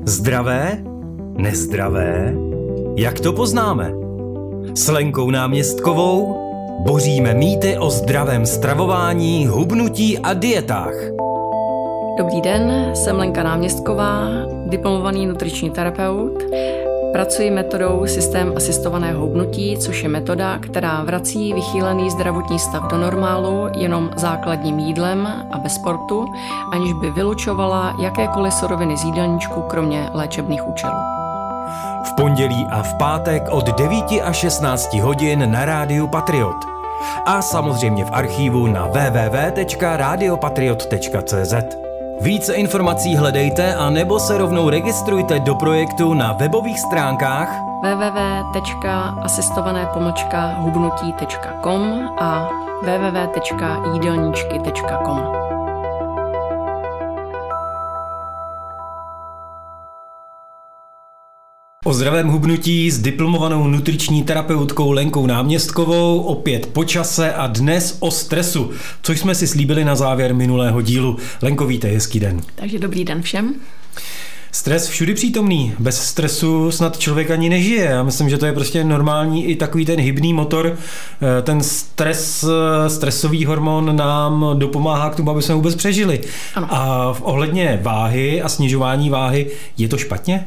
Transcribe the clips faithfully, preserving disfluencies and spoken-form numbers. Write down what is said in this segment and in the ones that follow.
Zdravé? Nezdravé? Jak to poznáme? S Lenkou Náměstkovou boříme mýty o zdravém stravování, hubnutí a dietách. Dobrý den, jsem Lenka Náměstková, diplomovaný nutriční terapeut. Pracuji metodou systém asistovaného hubnutí, což je metoda, která vrací vychýlený zdravotní stav do normálu jenom základním jídlem a bez sportu, aniž by vylučovala jakékoliv suroviny z jídelníčku, kromě léčebných účelů. V pondělí a v pátek od devíti až šestnácti hodin na rádiu Patriot. A samozřejmě v archívu na w w w tečka radio patriot tečka c z. Více informací hledejte a nebo se rovnou registrujte do projektu na webových stránkách w w w tečka asistované pomlčka hubnutí tečka com a w w w tečka jídelníčky tečka com. O zdravém hubnutí s diplomovanou nutriční terapeutkou Lenkou Náměstkovou, opět po čase a dnes o stresu, což jsme si slíbili na závěr minulého dílu. Lenko, vítej, hezký den. Takže dobrý den všem. Stres všudy přítomný. Bez stresu snad člověk ani nežije. Já myslím, že to je prostě normální i takový ten hybný motor. Ten stres, stresový hormon nám dopomáhá k tomu, aby jsme vůbec přežili. Ano. A v ohledně váhy a snižování váhy, je to špatně?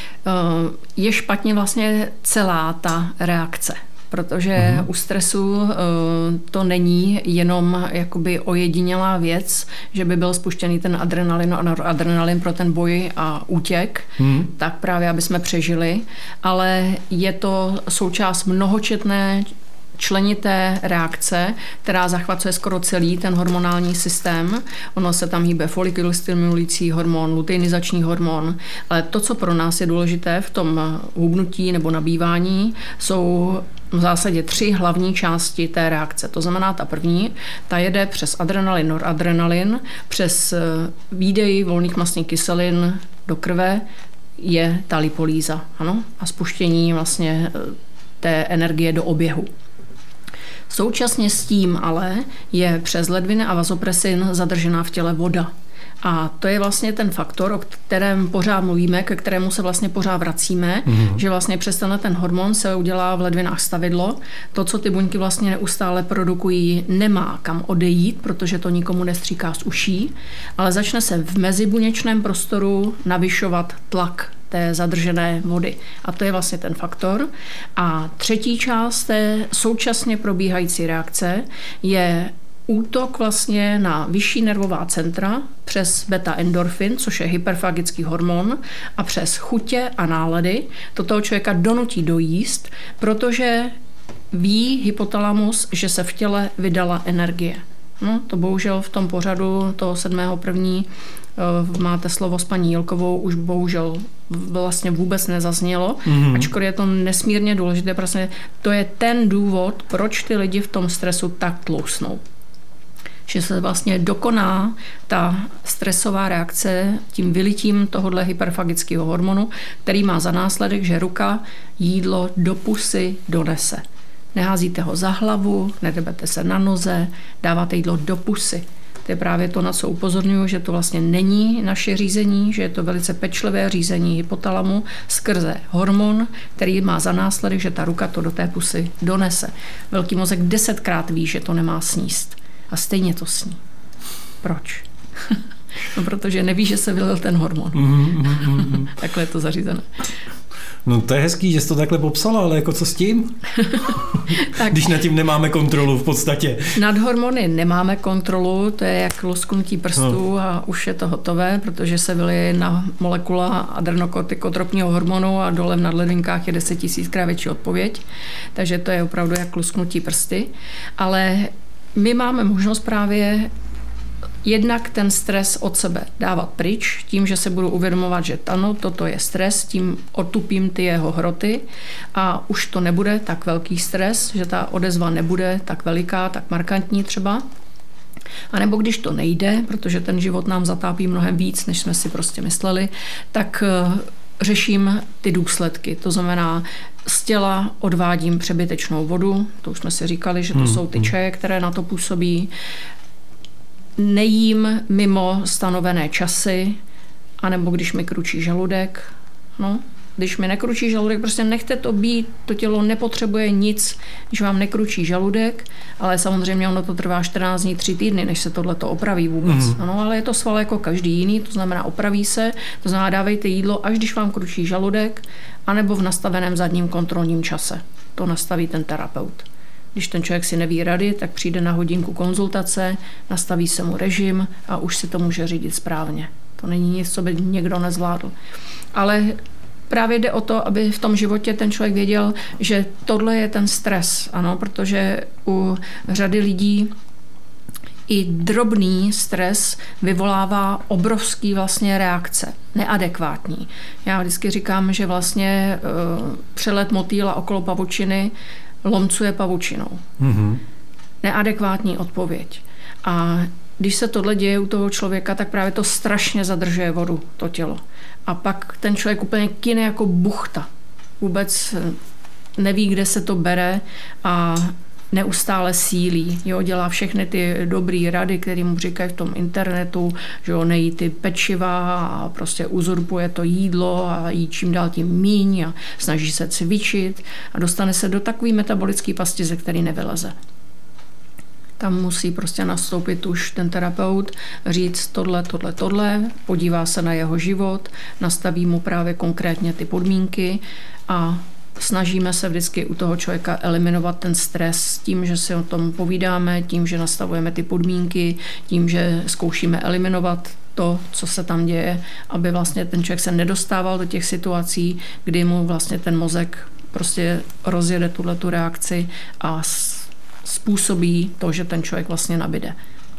Je špatně vlastně celá ta reakce. Protože uhum. u stresu to není jenom jakoby ojedinělá věc, že by byl spuštěný ten adrenalin a noradrenalin pro ten boj a útěk, uhum. tak právě, aby jsme přežili, ale je to součást mnohočetné členité reakce, která zachvacuje skoro celý ten hormonální systém. Ono se tam hýbe follikulostimulující hormon, luteinizační hormon, ale to, co pro nás je důležité v tom hubnutí nebo nabývání, jsou v zásadě tři hlavní části té reakce. To znamená, ta první, ta jede přes adrenalin, noradrenalin, přes výdej volných mastných kyselin do krve, je ta lipolýza, ano, a spuštění vlastně té energie do oběhu. Současně s tím ale je přes ledviny a vazopresin zadržená v těle voda. A to je vlastně ten faktor, o kterém pořád mluvíme, ke kterému se vlastně pořád vracíme, mm. že vlastně přes tenhle ten hormon se udělá v ledvinách stavidlo. To, co ty buňky vlastně neustále produkují, nemá kam odejít, protože to nikomu nestříká z uší, ale začne se v mezibuněčném prostoru navyšovat tlak té zadržené vody. A to je vlastně ten faktor. A třetí část té současně probíhající reakce je útok vlastně na vyšší nervová centra přes beta-endorfin, což je hyperfagický hormon, a přes chutě a nálady to toho člověka donutí dojíst, protože ví hypotalamus, že se v těle vydala energie. No, to bohužel v tom pořadu toho sedmého první máte slovo s paní Jilkovou, už bohužel vlastně vůbec nezaznělo, mm-hmm. ačkoliv je to nesmírně důležité, protože to je ten důvod, proč ty lidi v tom stresu tak tlousnou. Že se vlastně dokoná ta stresová reakce tím vylitím tohohle hyperfagického hormonu, který má za následek, že ruka jídlo do pusy donese. Neházíte ho za hlavu, nedebete se na noze, dáváte jídlo do pusy. To je právě to, na co upozorňuji, že to vlastně není naše řízení, že je to velice pečlivé řízení hypotalamu skrze hormon, který má za následek, že ta ruka to do té pusy donese. Velký mozek desetkrát ví, že to nemá sníst. A stejně to sní. Proč? No, protože neví, že se vylil ten hormon. Mm, mm, mm. Takhle je to zařízené. No to je hezký, že jsi to takhle popsala, ale jako co s tím? Tak, když nad tím nemáme kontrolu v podstatě. Nad hormony nemáme kontrolu, to je jak lusknutí prstů no. a už je to hotové, protože se vylije na molekula adrenokortikotropního hormonu a dole v nadledvinkách je deset tisíckrát větší odpověď. Takže to je opravdu jak lusknutí prsty. Ale my máme možnost právě jednak ten stres od sebe dávat pryč, tím, že se budu uvědomovat, že ano, toto je stres, tím otupím ty jeho hroty a už to nebude tak velký stres, že ta odezva nebude tak veliká, tak markantní třeba. A nebo když to nejde, protože ten život nám zatápí mnohem víc, než jsme si prostě mysleli, tak řeším ty důsledky. To znamená, z těla odvádím přebytečnou vodu, to už jsme si říkali, že to hmm. jsou ty čaje, které na to působí. Nejím mimo stanovené časy, anebo když mi kručí žaludek, no, když mi nekručí žaludek, prostě nechte to být, to tělo nepotřebuje nic, když vám nekručí žaludek, ale samozřejmě ono to trvá čtrnáct dní, tři týdny, než se tohleto opraví vůbec. Mm. Ano, ale je to sval jako každý jiný, to znamená opraví se, to znamená dávejte jídlo, až když vám kručí žaludek, anebo v nastaveném zadním kontrolním čase. To nastaví ten terapeut. Když ten člověk si neví rady, tak přijde na hodinku konzultace, nastaví se mu režim a už si to může řídit správně. To není nic, co by někdo nezvládl. Ale právě jde o to, aby v tom životě ten člověk věděl, že tohle je ten stres, ano, protože u řady lidí i drobný stres vyvolává obrovský vlastně reakce, neadekvátní. Já vždycky říkám, že vlastně uh, přelet motýla okolo pavučiny lomcuje pavučinou. Mm-hmm. Neadekvátní odpověď. A když se tohle děje u toho člověka, tak právě to strašně zadržuje vodu, to tělo. A pak ten člověk úplně kyne jako buchta. Vůbec neví, kde se to bere a neustále sílí. Jo, dělá všechny ty dobré rady, které mu říkají v tom internetu, že jo, nejí ty pečiva a prostě uzurpuje to jídlo a jí čím dál tím míň a snaží se cvičit a dostane se do takové metabolické pasti, ze které nevyleze. Tam musí prostě nastoupit už ten terapeut, říct tohle, tohle, tohle, podívá se na jeho život, nastaví mu právě konkrétně ty podmínky a snažíme se vždycky u toho člověka eliminovat ten stres tím, že si o tom povídáme, tím, že nastavujeme ty podmínky, tím, že zkoušíme eliminovat to, co se tam děje, aby vlastně ten člověk se nedostával do těch situací, kdy mu vlastně ten mozek prostě rozjede tuhletu reakci a způsobí to, že ten člověk vlastně nabide.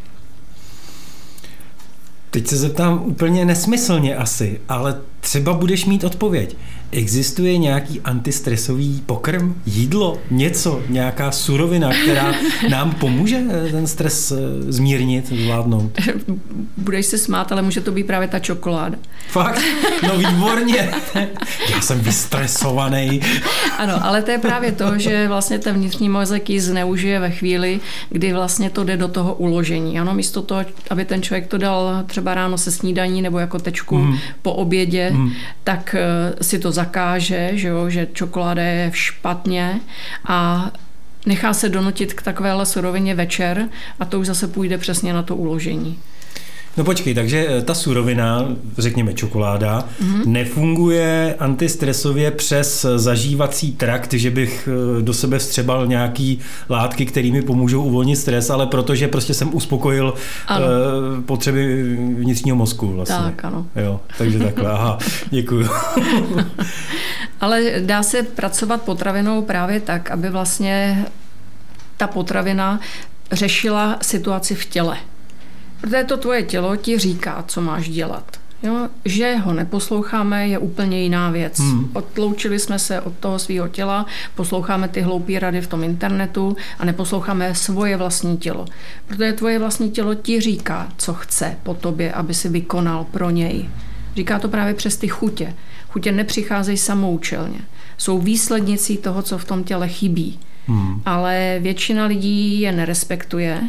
Teď se zeptám úplně nesmyslně asi, ale třeba budeš mít odpověď. Existuje nějaký antistresový pokrm, jídlo, něco, nějaká surovina, která nám pomůže ten stres zmírnit, zvládnout? Budeš se smát, ale může to být právě ta čokoláda. Fakt? No výborně. Já jsem vystresovaný. Ano, ale to je právě to, že vlastně ten vnitřní mozek ji zneužije ve chvíli, kdy vlastně to jde do toho uložení. Ano, místo toho, aby ten člověk to dal třeba ráno se snídaní nebo jako tečku mm. po obědě, mm. tak si to zakáže, že, jo, že čokoláda je špatně a nechá se donutit k takovéhle surovině večer a to už zase půjde přesně na to uložení. No počkej, takže ta surovina, řekněme čokoláda, mm-hmm. nefunguje antistresově přes zažívací trakt, že bych do sebe vstřebal nějaký látky, které mi pomůžou uvolnit stres, ale protože prostě jsem uspokojil uh, potřeby vnitřního mozku vlastně. Tak, ano. Jo, takže takhle, aha, děkuju. Ale dá se pracovat potravinou právě tak, aby vlastně ta potravina řešila situaci v těle. Protože to tvoje tělo ti říká, co máš dělat. Jo? Že ho neposloucháme, je úplně jiná věc. Hmm. Odloučili jsme se od toho svého těla, posloucháme ty hloupé rady v tom internetu a neposloucháme svoje vlastní tělo. Protože tvoje vlastní tělo ti říká, co chce po tobě, aby si vykonal pro něj. Říká to právě přes ty chutě. Chutě nepřicházejí samoučelně. Jsou výslednicí toho, co v tom těle chybí. Hmm. Ale většina lidí je nerespektuje,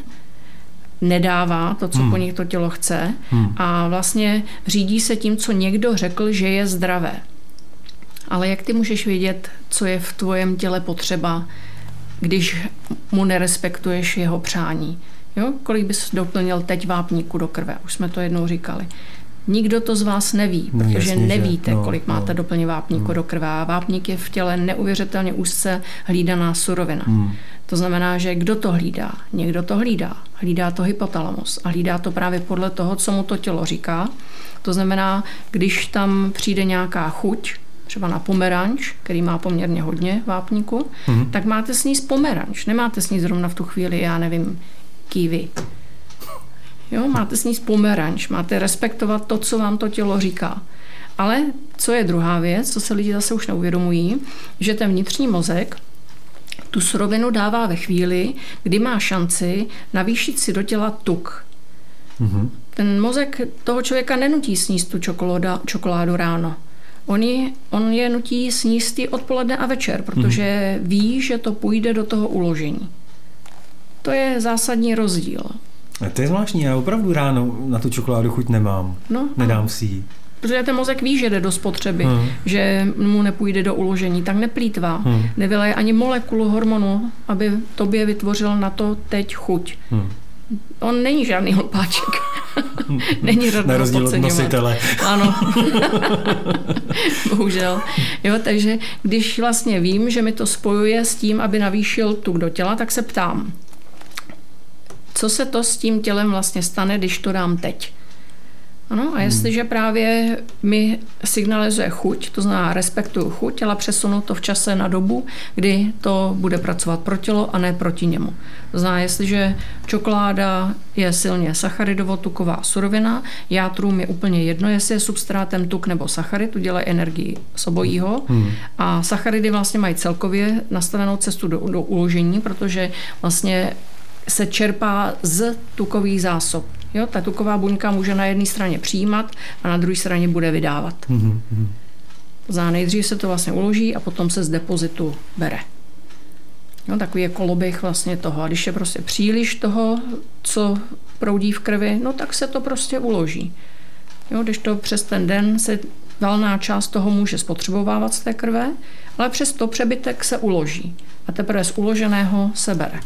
nedává to, co hmm. po nich to tělo chce hmm. a vlastně řídí se tím, co někdo řekl, že je zdravé. Ale jak ty můžeš vědět, co je v tvém těle potřeba, když mu nerespektuješ jeho přání? Jo? Kolik bys doplnil teď vápníku do krve? Už jsme to jednou říkali. Nikdo to z vás neví, no, protože jasně, nevíte, no, kolik máte no. doplně vápníku no. do krve. A vápník je v těle neuvěřitelně úzce hlídaná surovina. Hmm. To znamená, že kdo to hlídá? Někdo to hlídá. Hlídá to hypotalamus a hlídá to právě podle toho, co mu to tělo říká. To znamená, když tam přijde nějaká chuť, třeba na pomeranč, který má poměrně hodně vápníku, hmm. tak máte sníst pomeranč. Nemáte sníst zrovna v tu chvíli, já nevím, kiwi. Jo, máte sníst pomeranč, máte respektovat to, co vám to tělo říká. Ale co je druhá věc, co se lidi zase už neuvědomují, že ten vnitřní mozek tu surovinu dává ve chvíli, kdy má šanci navýšit si do těla tuk. Mm-hmm. Ten mozek toho člověka nenutí sníst tu čokoládu, čokoládu ráno. On je, on je nutí sníst ji odpoledne a večer, protože mm-hmm. ví, že to půjde do toho uložení. To je zásadní rozdíl. A to je zvláštní, já opravdu ráno na tu čokoládu chuť nemám. No, Nedám ano. si ji. protože ten mozek ví, že jde do spotřeby, hmm. že mu nepůjde do uložení, tak neplýtvá. Hmm. Nevyleje ani molekulu hormonu, aby tobě vytvořil na to teď chuť. Hmm. On není žádný hlupáček. Není rodný. Na rozdíl od nositele. Ano. Bohužel. Jo, takže když vlastně vím, že mi to spojuje s tím, aby navýšil tuk do těla, tak se ptám, co se to s tím tělem vlastně stane, když to dám teď. Ano, a jestliže právě mi signalizuje chuť, to znamená respektuju chuť, ale přesunu to v čase na dobu, kdy to bude pracovat pro tělo a ne proti němu. To znamená, jestliže čokoláda je silně sacharidovo-tuková surovina, játrům je úplně jedno, jestli je substrátem tuk nebo sacharid, tu dělají energii z obojího. Hmm. A sacharidy vlastně mají celkově nastavenou cestu do, do uložení, protože vlastně se čerpá z tukových zásob. Jo, ta tuková buňka může na jedné straně přijímat a na druhé straně bude vydávat. Mm-hmm. Za nejdřív se to vlastně uloží a potom se z depozitu bere. Jo, takový je koloběh vlastně toho. A když je prostě příliš toho, co proudí v krvi, no tak se to prostě uloží. Jo, když to přes ten den se valná část toho může spotřebovávat z té krve, ale přes to přebytek se uloží. A teprve z uloženého se bere.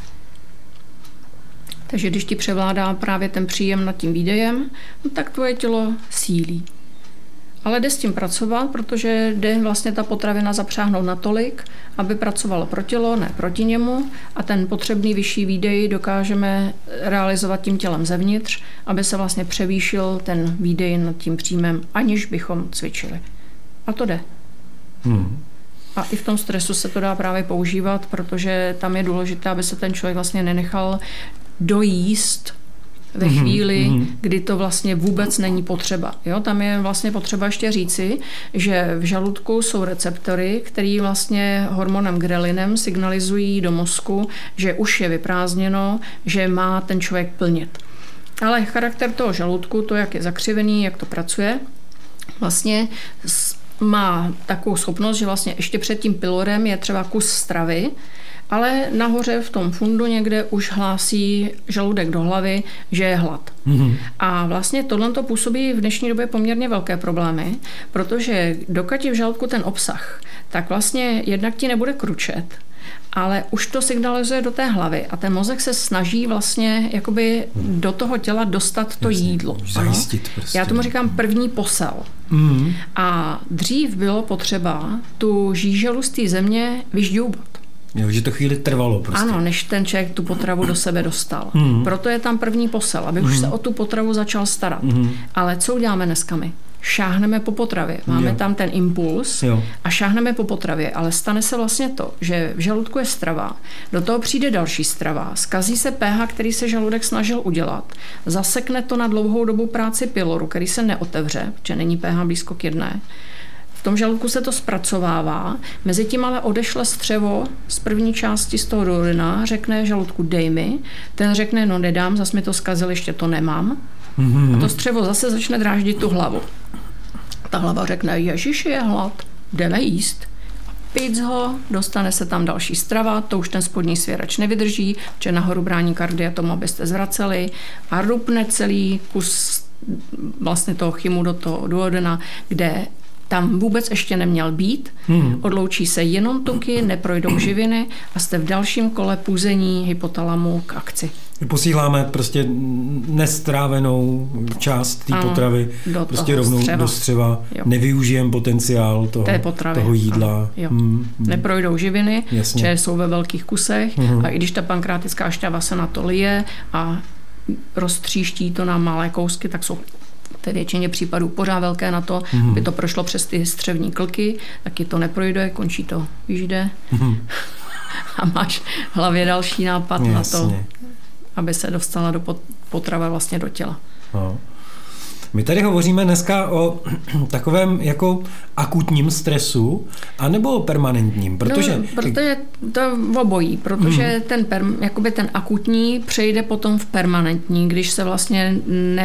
Takže když ti převládá právě ten příjem nad tím výdejem, no tak tvoje tělo sílí. Ale jde s tím pracovat, protože jde vlastně ta potravina zapřáhnout natolik, aby pracovala pro tělo, ne proti němu, a ten potřebný vyšší výdej dokážeme realizovat tím tělem zevnitř, aby se vlastně převýšil ten výdej nad tím příjmem, aniž bychom cvičili. A to jde. Hmm. A i v tom stresu se to dá právě používat, protože tam je důležité, aby se ten člověk vlastně nenechal dojíst ve chvíli, mm-hmm. kdy to vlastně vůbec není potřeba. Jo, tam je vlastně potřeba ještě říci, že v žaludku jsou receptory, které vlastně hormonem grelinem signalizují do mozku, že už je vyprázdněno, že má ten člověk plnit. Ale charakter toho žaludku, to, jak je zakřivený, jak to pracuje, vlastně má takovou schopnost, že vlastně ještě před tím pylorem je třeba kus stravy, ale nahoře v tom fundu někde už hlásí žaludek do hlavy, že je hlad. Mm-hmm. A vlastně tohle to působí v dnešní době poměrně velké problémy, protože dokud je v žaludku ten obsah, tak vlastně jednak ti nebude kručet, ale už to signalizuje do té hlavy a ten mozek se snaží vlastně jakoby do toho těla dostat to Jasně, jídlo. Zajistit prostě. Já tomu říkám první posel. Mm-hmm. A dřív bylo potřeba tu žíželu z té země vyžďoubat. Jo, že to chvíli trvalo prostě. Ano, než ten člověk tu potravu do sebe dostal. Mm. Proto je tam první posel, aby mm. už se o tu potravu začal starat. Mm. Ale co uděláme dneska my? Šáhneme po potravě. Máme jo. tam ten impuls jo. a šáhneme po potravě, ale stane se vlastně to, že v žaludku je strava, do toho přijde další strava, zkazí se pH, který se žaludek snažil udělat, zasekne to na dlouhou dobu práci pyloru, který se neotevře, protože není pH blízko k jedné. V tom žaludku se to zpracovává, mezi tím ale odešle střevo z první části z toho duodena, řekne žaludku dej mi, ten řekne no nedám, zas mi to zkazil, ještě to nemám. Mm-hmm. A to střevo zase začne dráždit tu hlavu. Ta hlava řekne ježiši, je hlad, jdeme jíst. Pic ho, dostane se tam další strava, to už ten spodní svěrač nevydrží, protože nahoru brání kardia tomu, abyste zvraceli a rupne celý kus vlastně toho chymu do toho duodena, kde tam vůbec ještě neměl být, hmm. odloučí se jenom tuky, neprojdou živiny a jste v dalším kole půzení hypotalamu k akci. Posíláme prostě nestrávenou část té potravy prostě rovnou střeva. do střeva, nevyužijeme potenciál toho, toho jídla. Hmm. Neprojdou živiny, že jsou ve velkých kusech hmm. a i když ta pankreatická šťava se na to lije a roztříští to na malé kousky, tak jsou v té většině případů pořád velké na to, mm. aby to prošlo přes ty střevní klky, taky to neprojde, končí to, víš kde? Mm. A máš v hlavě další nápad Jasně. na to, aby se dostala do potrava vlastně do těla. No. My tady hovoříme dneska o takovém jako akutním stresu, anebo permanentním, protože... No, protože to obojí, protože mm. ten, per, jakoby ten akutní přejde potom v permanentní, když se vlastně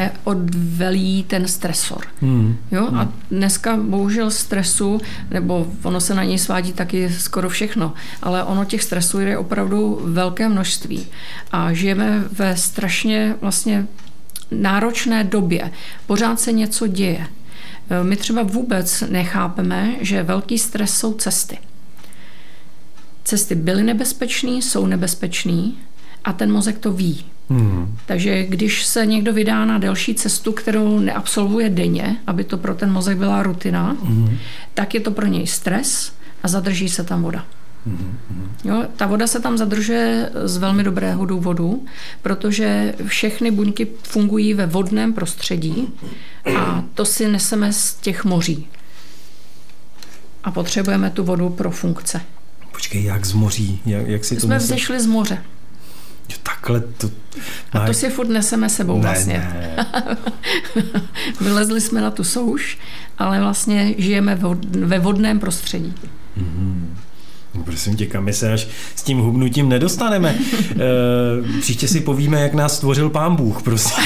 neodvelí ten stresor. Mm. Jo? Mm. A dneska bohužel stresu, nebo ono se na něj svádí taky skoro všechno, ale ono těch stresů je opravdu velké množství. A žijeme ve strašně vlastně náročné době. Pořád se něco děje. My třeba vůbec nechápeme, že velký stres jsou cesty. Cesty byly nebezpečné, jsou nebezpečné a ten mozek to ví. Hmm. Takže když se někdo vydá na delší cestu, kterou neabsolvuje denně, aby to pro ten mozek byla rutina, hmm. tak je to pro něj stres a zadrží se tam voda. Hmm. Jo, ta voda se tam zadržuje z velmi dobrého důvodu, protože všechny buňky fungují ve vodném prostředí a to si neseme z těch moří. A potřebujeme tu vodu pro funkce. Počkej, jak z moří? Jak, jak si to Jsme myslí? Vzešli z moře. Jo, takhle to... A to si furt neseme sebou ne, vlastně. Ne. Vylezli jsme na tu souš, ale vlastně žijeme ve vodném prostředí. Mm-hmm. Prosím tě, kam my se až s tím hubnutím nedostaneme. E, příště si povíme, jak nás stvořil Pán Bůh, prosím.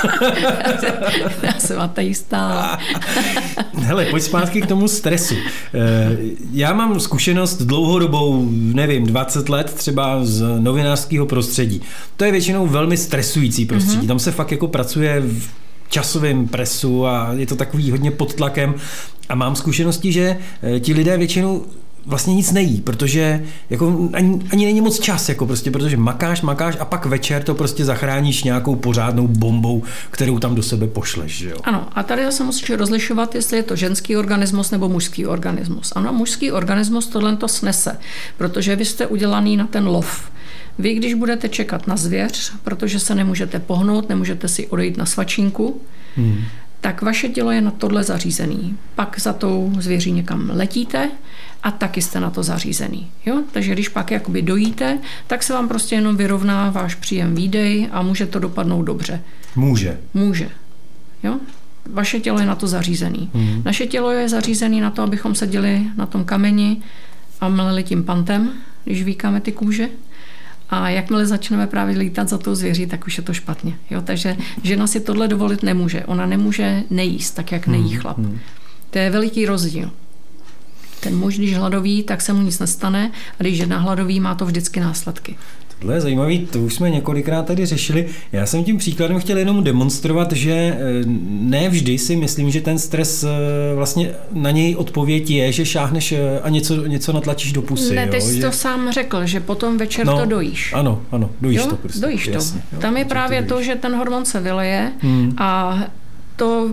Já jsem ateista. Hele, pojď zpátky k tomu stresu. E, já mám zkušenost dlouhodobou, nevím, dvacet let třeba z novinářského prostředí. To je většinou velmi stresující prostředí. Mm-hmm. Tam se fakt jako pracuje v časovém presu a je to takový hodně pod tlakem. A mám zkušenosti, že ti lidé většinou vlastně nic nejí, protože jako ani, ani není moc čas, jako prostě, protože makáš, makáš a pak večer to prostě zachráníš nějakou pořádnou bombou, kterou tam do sebe pošleš. Že jo? Ano, a tady se musíš rozlišovat, jestli je to ženský organismus nebo mužský organismus. Ano, mužský organismus tohle to snese, protože vy jste udělaný na ten lov. Vy, když budete čekat na zvěř, protože se nemůžete pohnout, nemůžete si odejít na svačinku, hmm. tak vaše tělo je na tohle zařízený. Pak za tou zvěří někam letíte a taky jste na to zařízený. Jo? Takže když pak jakoby dojíte, tak se vám prostě jenom vyrovná váš příjem výdej a může to dopadnout dobře. Může. Může. Jo? Vaše tělo je na to zařízený. Hmm. Naše tělo je zařízený na to, abychom seděli na tom kameni a mleli tím pantem, když víkáme ty kůže. A jakmile začneme právě lítat za tou zvěří, tak už je to špatně. Jo? Takže žena si tohle dovolit nemůže. Ona nemůže nejíst, tak jak nejí chlap. Hmm. To je veliký rozdíl. Ten muž, když hladoví, tak se mu nic nestane, a když žena hladoví, má to vždycky následky. Tohle je zajímavý, to už jsme několikrát tady řešili. Já jsem tím příkladem chtěl jenom demonstrovat, že ne vždy si myslím, že ten stres vlastně na něj odpověď je, že šáhneš a něco, něco natlačíš do pusy. Ne, ty jo? jsi že... to sám řekl, že potom večer no, to dojíš. Ano, ano, dojíš jo? to prostě. Dojíš to. Jasně, jo, tam je právě to, to, že ten hormon se vyleje hmm. a to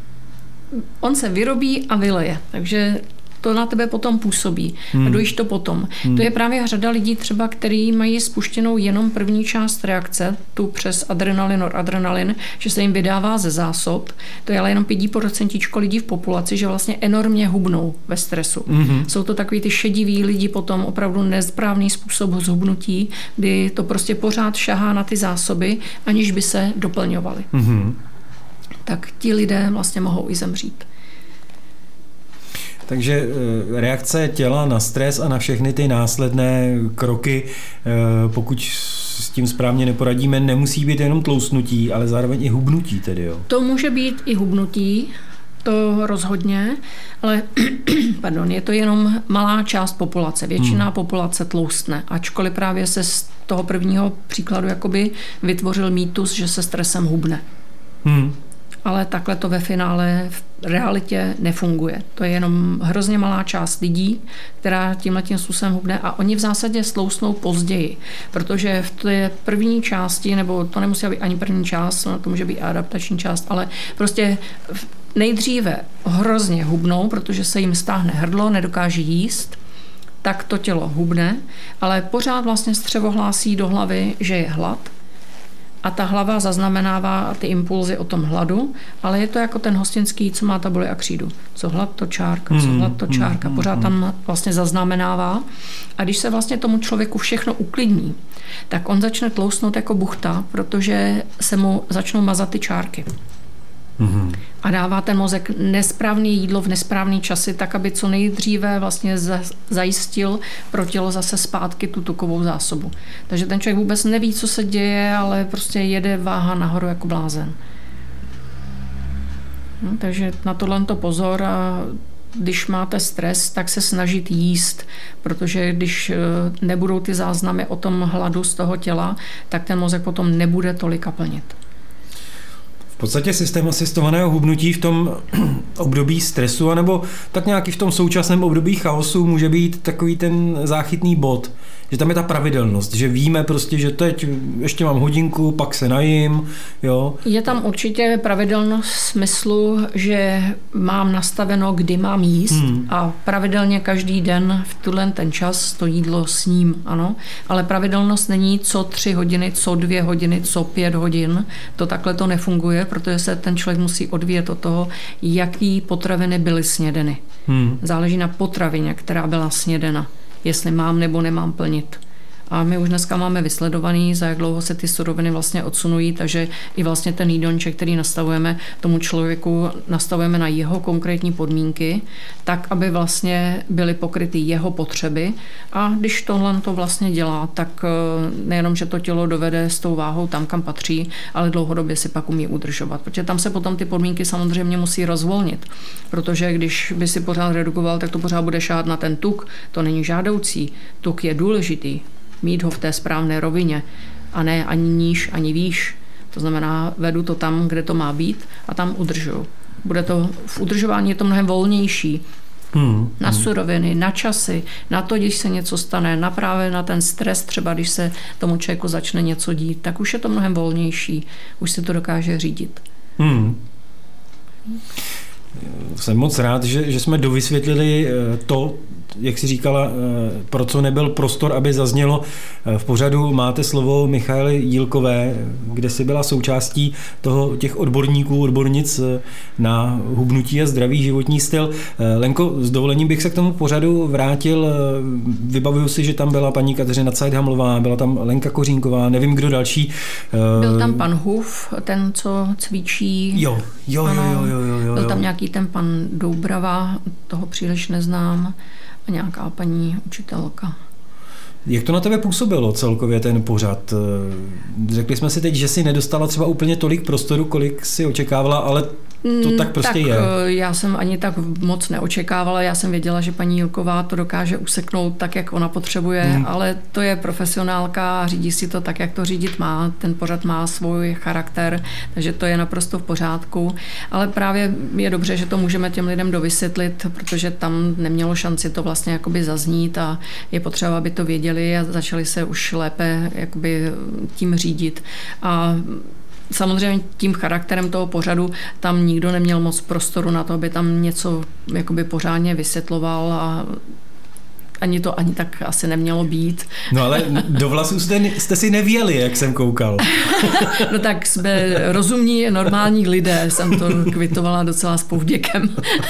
on se vyrobí a vyleje. Takže to na tebe potom působí hmm. a dojíš to potom. Hmm. To je právě řada lidí třeba, který mají spuštěnou jenom první část reakce, tu přes adrenalin, noradrenalin, že se jim vydává ze zásob. To je ale jenom pět procent lidí v populaci, že vlastně enormně hubnou ve stresu. Hmm. Jsou to takový ty šediví lidi potom opravdu nesprávný způsob zhubnutí, kdy to prostě pořád šahá na ty zásoby, aniž by se doplňovaly. Hmm. Tak ti lidé vlastně mohou i zemřít. Takže reakce těla na stres a na všechny ty následné kroky, pokud s tím správně neporadíme, nemusí být jenom tloustnutí, ale zároveň i hubnutí tedy, jo? To může být i hubnutí, to rozhodně, ale pardon, je to jenom malá část populace. Většina hmm. populace tloustne, ačkoliv právě se z toho prvního příkladu jakoby vytvořil mýtus, že se stresem hubne. Hmm. Ale takhle to ve finále v realitě nefunguje. To je jenom hrozně malá část lidí, která tímhletím způsobem hubne a oni v zásadě stloustnou později, protože v té první části, nebo to nemusí být ani první část, to může být adaptační část, ale prostě nejdříve hrozně hubnou, protože se jim stáhne hrdlo, nedokáží jíst, tak to tělo hubne, ale pořád vlastně střevo hlásí do hlavy, že je hlad. A ta hlava zaznamenává ty impulzy o tom hladu, ale je to jako ten hostinský, co má tabuli a křídu. Co hlad, to čárka, co hlad, to čárka. Pořád tam vlastně zaznamenává. A když se vlastně tomu člověku všechno uklidní, tak on začne tloustnout jako buchta, protože se mu začnou mazat ty čárky. Mm-hmm. A dává ten mozek nesprávné jídlo v nesprávný časy, tak aby co nejdříve vlastně zajistil pro tělo zase zpátky tu tukovou zásobu. Takže ten člověk vůbec neví, co se děje, ale prostě jede váha nahoru jako blázen. No, takže na tohle to pozor a když máte stres, tak se snažit jíst, protože když nebudou ty záznamy o tom hladu z toho těla, tak ten mozek potom nebude tolika plnit. V podstatě systém asistovaného hubnutí v tom období stresu, anebo tak nějaký v tom současném období chaosu může být takový ten záchytný bod, že tam je ta pravidelnost, že víme prostě, že teď ještě mám hodinku, pak se najím, jo. Je tam určitě pravidelnost v smyslu, že mám nastaveno, kdy mám jíst hmm. a pravidelně každý den v tuhle ten čas to jídlo sním, ano, ale pravidelnost není co tři hodiny, co dvě hodiny, co pět hodin, to takhle to nefunguje, protože se ten člověk musí odvíjet od toho, jaký potraviny byly snědeny. Hmm. Záleží na potravině, která byla snědena, jestli mám nebo nemám plnit. A my už dneska máme vysledovaný, za jak dlouho se ty suroviny vlastně odsunují, takže i vlastně ten jídelníček, který nastavujeme tomu člověku, nastavujeme na jeho konkrétní podmínky, tak, aby vlastně byly pokryty jeho potřeby. A když tohle to vlastně dělá, tak nejenom, že to tělo dovede s tou váhou tam, kam patří, ale dlouhodobě si pak umí udržovat. Protože tam se potom ty podmínky samozřejmě musí rozvolnit. Protože když by si pořád redukoval, tak to pořád bude šát na ten tuk. To není žádoucí. Tuk je důležitý. Mít ho v té správné rovině a ne ani níž, ani výš. To znamená, vedu to tam, kde to má být a tam udržuju. Bude to, v udržování je to mnohem volnější. Hmm. Na suroviny, na časy, na to, když se něco stane, na právě na ten stres, třeba když se tomu člověku začne něco dít, tak už je to mnohem volnější. Už se to dokáže řídit. Hmm. Jsem moc rád, že, že jsme dovysvětlili to, jak jsi říkala, pro co nebyl prostor, aby zaznělo v pořadu Máte slovo Michaely Jílkové, kde si byla součástí toho, těch odborníků, odbornic na hubnutí a zdravý životní styl. Lenko, s dovolením bych se k tomu pořadu vrátil. Vybavuju si, že tam byla paní Kateřina Cajthamlová, byla tam Lenka Kořínková, nevím, kdo další. Byl tam pan Huf, ten, co cvičí. Jo, jo, jo, jo, jo, jo, jo. Byl tam nějaký ten pan Doubrava, toho příliš neznám, a nějaká paní učitelka. Jak to na tebe působilo celkově ten pořad? Řekli jsme si teď, že si nedostala třeba úplně tolik prostoru, kolik si očekávala, ale to tak prostě tak je. Já jsem ani tak moc neočekávala, já jsem věděla, že paní Jílková to dokáže useknout tak, jak ona potřebuje, hmm. ale to je profesionálka a řídí si to tak, jak to řídit má. Ten pořad má svůj charakter, takže to je naprosto v pořádku. Ale právě je dobře, že to můžeme těm lidem dovysvětlit, protože tam nemělo šanci to vlastně jakoby zaznít a je potřeba, aby to věděli a začali se už lépe jakoby tím řídit. A samozřejmě tím charakterem toho pořadu tam nikdo neměl moc prostoru na to, aby tam něco jakoby pořádně vysvětloval a ani to ani tak asi nemělo být. No ale do vlasů jste, jste si nevěli, jak jsem koukal. No tak jsme rozumní, normální lidé, jsem to kvitovala docela s povděkem.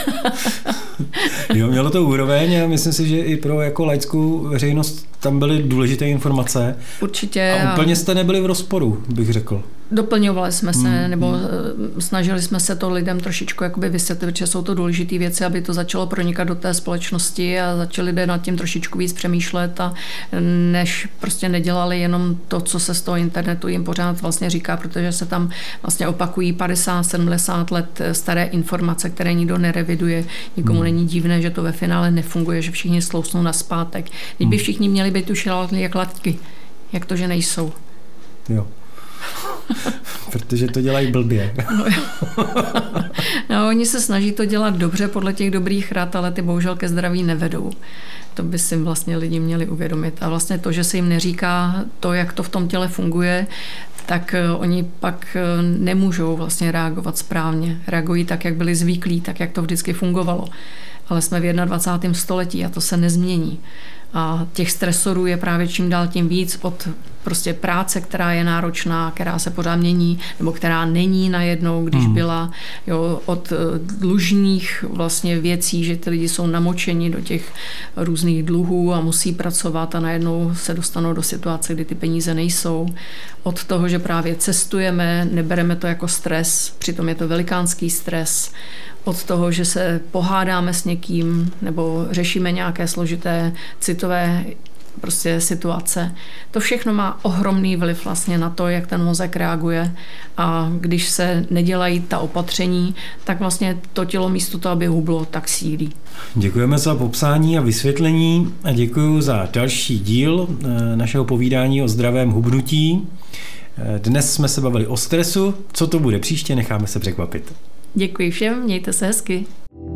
Jo, mělo to úroveň a myslím si, že i pro jako laickou veřejnost tam byly důležité informace. Určitě. A úplně jste nebyli v rozporu, bych řekl. Doplňovali jsme se, hmm. nebo snažili jsme se to lidem trošičku jakoby vysvětlit, že jsou to důležité věci, aby to začalo pronikat do té společnosti a začali lidé nad tím trošičku víc přemýšlet a než prostě nedělali jenom to, co se z toho internetu jim pořád vlastně říká, protože se tam vlastně opakují padesát sedmdesát let staré informace, které nikdo nereviduje. Nikomu hmm. není divné, že to ve finále nefunguje, že všichni slousnou nazpátek. Teď by všichni měli být už jak latky. Jak to, že nejsou. Jo. Protože to dělají blbě. No, no, oni se snaží to dělat dobře podle těch dobrých rad, ale ty bohužel ke zdraví nevedou. To by si vlastně lidi měli uvědomit. A vlastně to, že se jim neříká to, jak to v tom těle funguje, tak oni pak nemůžou vlastně reagovat správně. Reagují tak, jak byli zvyklí, tak, jak to vždycky fungovalo. Ale jsme v dvacátém prvním století a to se nezmění. A těch stresorů je právě čím dál tím víc od prostě práce, která je náročná, která se pořád mění, nebo která není najednou, když mm. byla, jo, od dlužných vlastně věcí, že ty lidi jsou namočeni do těch různých dluhů a musí pracovat a najednou se dostanou do situace, kdy ty peníze nejsou. Od toho, že právě cestujeme, nebereme to jako stres, přitom je to velikánský stres. Od toho, že se pohádáme s někým nebo řešíme nějaké složité citové prostě situace. To všechno má ohromný vliv vlastně na to, jak ten mozek reaguje a když se nedělají ta opatření, tak vlastně to tělo místo toho, aby hublo, tak sílí. Děkujeme za popsání a vysvětlení a děkuji za další díl našeho povídání o zdravém hubnutí. Dnes jsme se bavili o stresu, co to bude příště, necháme se překvapit. Děkuji všem, mějte se hezky.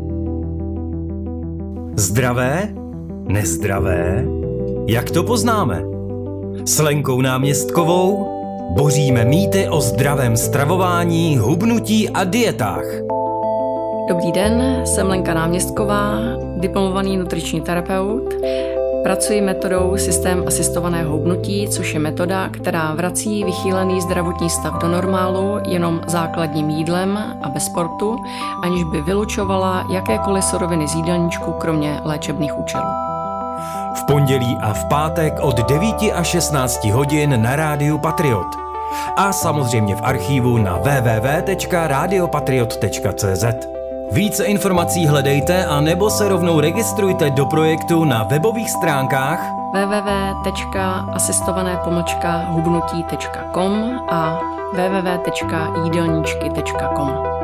Zdravé? Nezdravé? Jak to poznáme? S Lenkou Náměstkovou boříme mýty o zdravém stravování, hubnutí a dietách. Dobrý den, jsem Lenka Náměstková, diplomovaný nutriční terapeut. Pracuji metodou systém asistovaného hubnutí, což je metoda, která vrací vychýlený zdravotní stav do normálu jenom základním jídlem a bez sportu, aniž by vylučovala jakékoliv suroviny z jídelníčku, kromě léčebných účelů. V pondělí a v pátek od devíti až šestnácti hodin na Rádiu Patriot. A samozřejmě v archívu na w w w tečka radio patriot tečka c z. Více informací hledejte a nebo se rovnou registrujte do projektu na webových stránkách w w w tečka asistované pomlčka hubnutí tečka com a w w w tečka jídelníčky tečka com.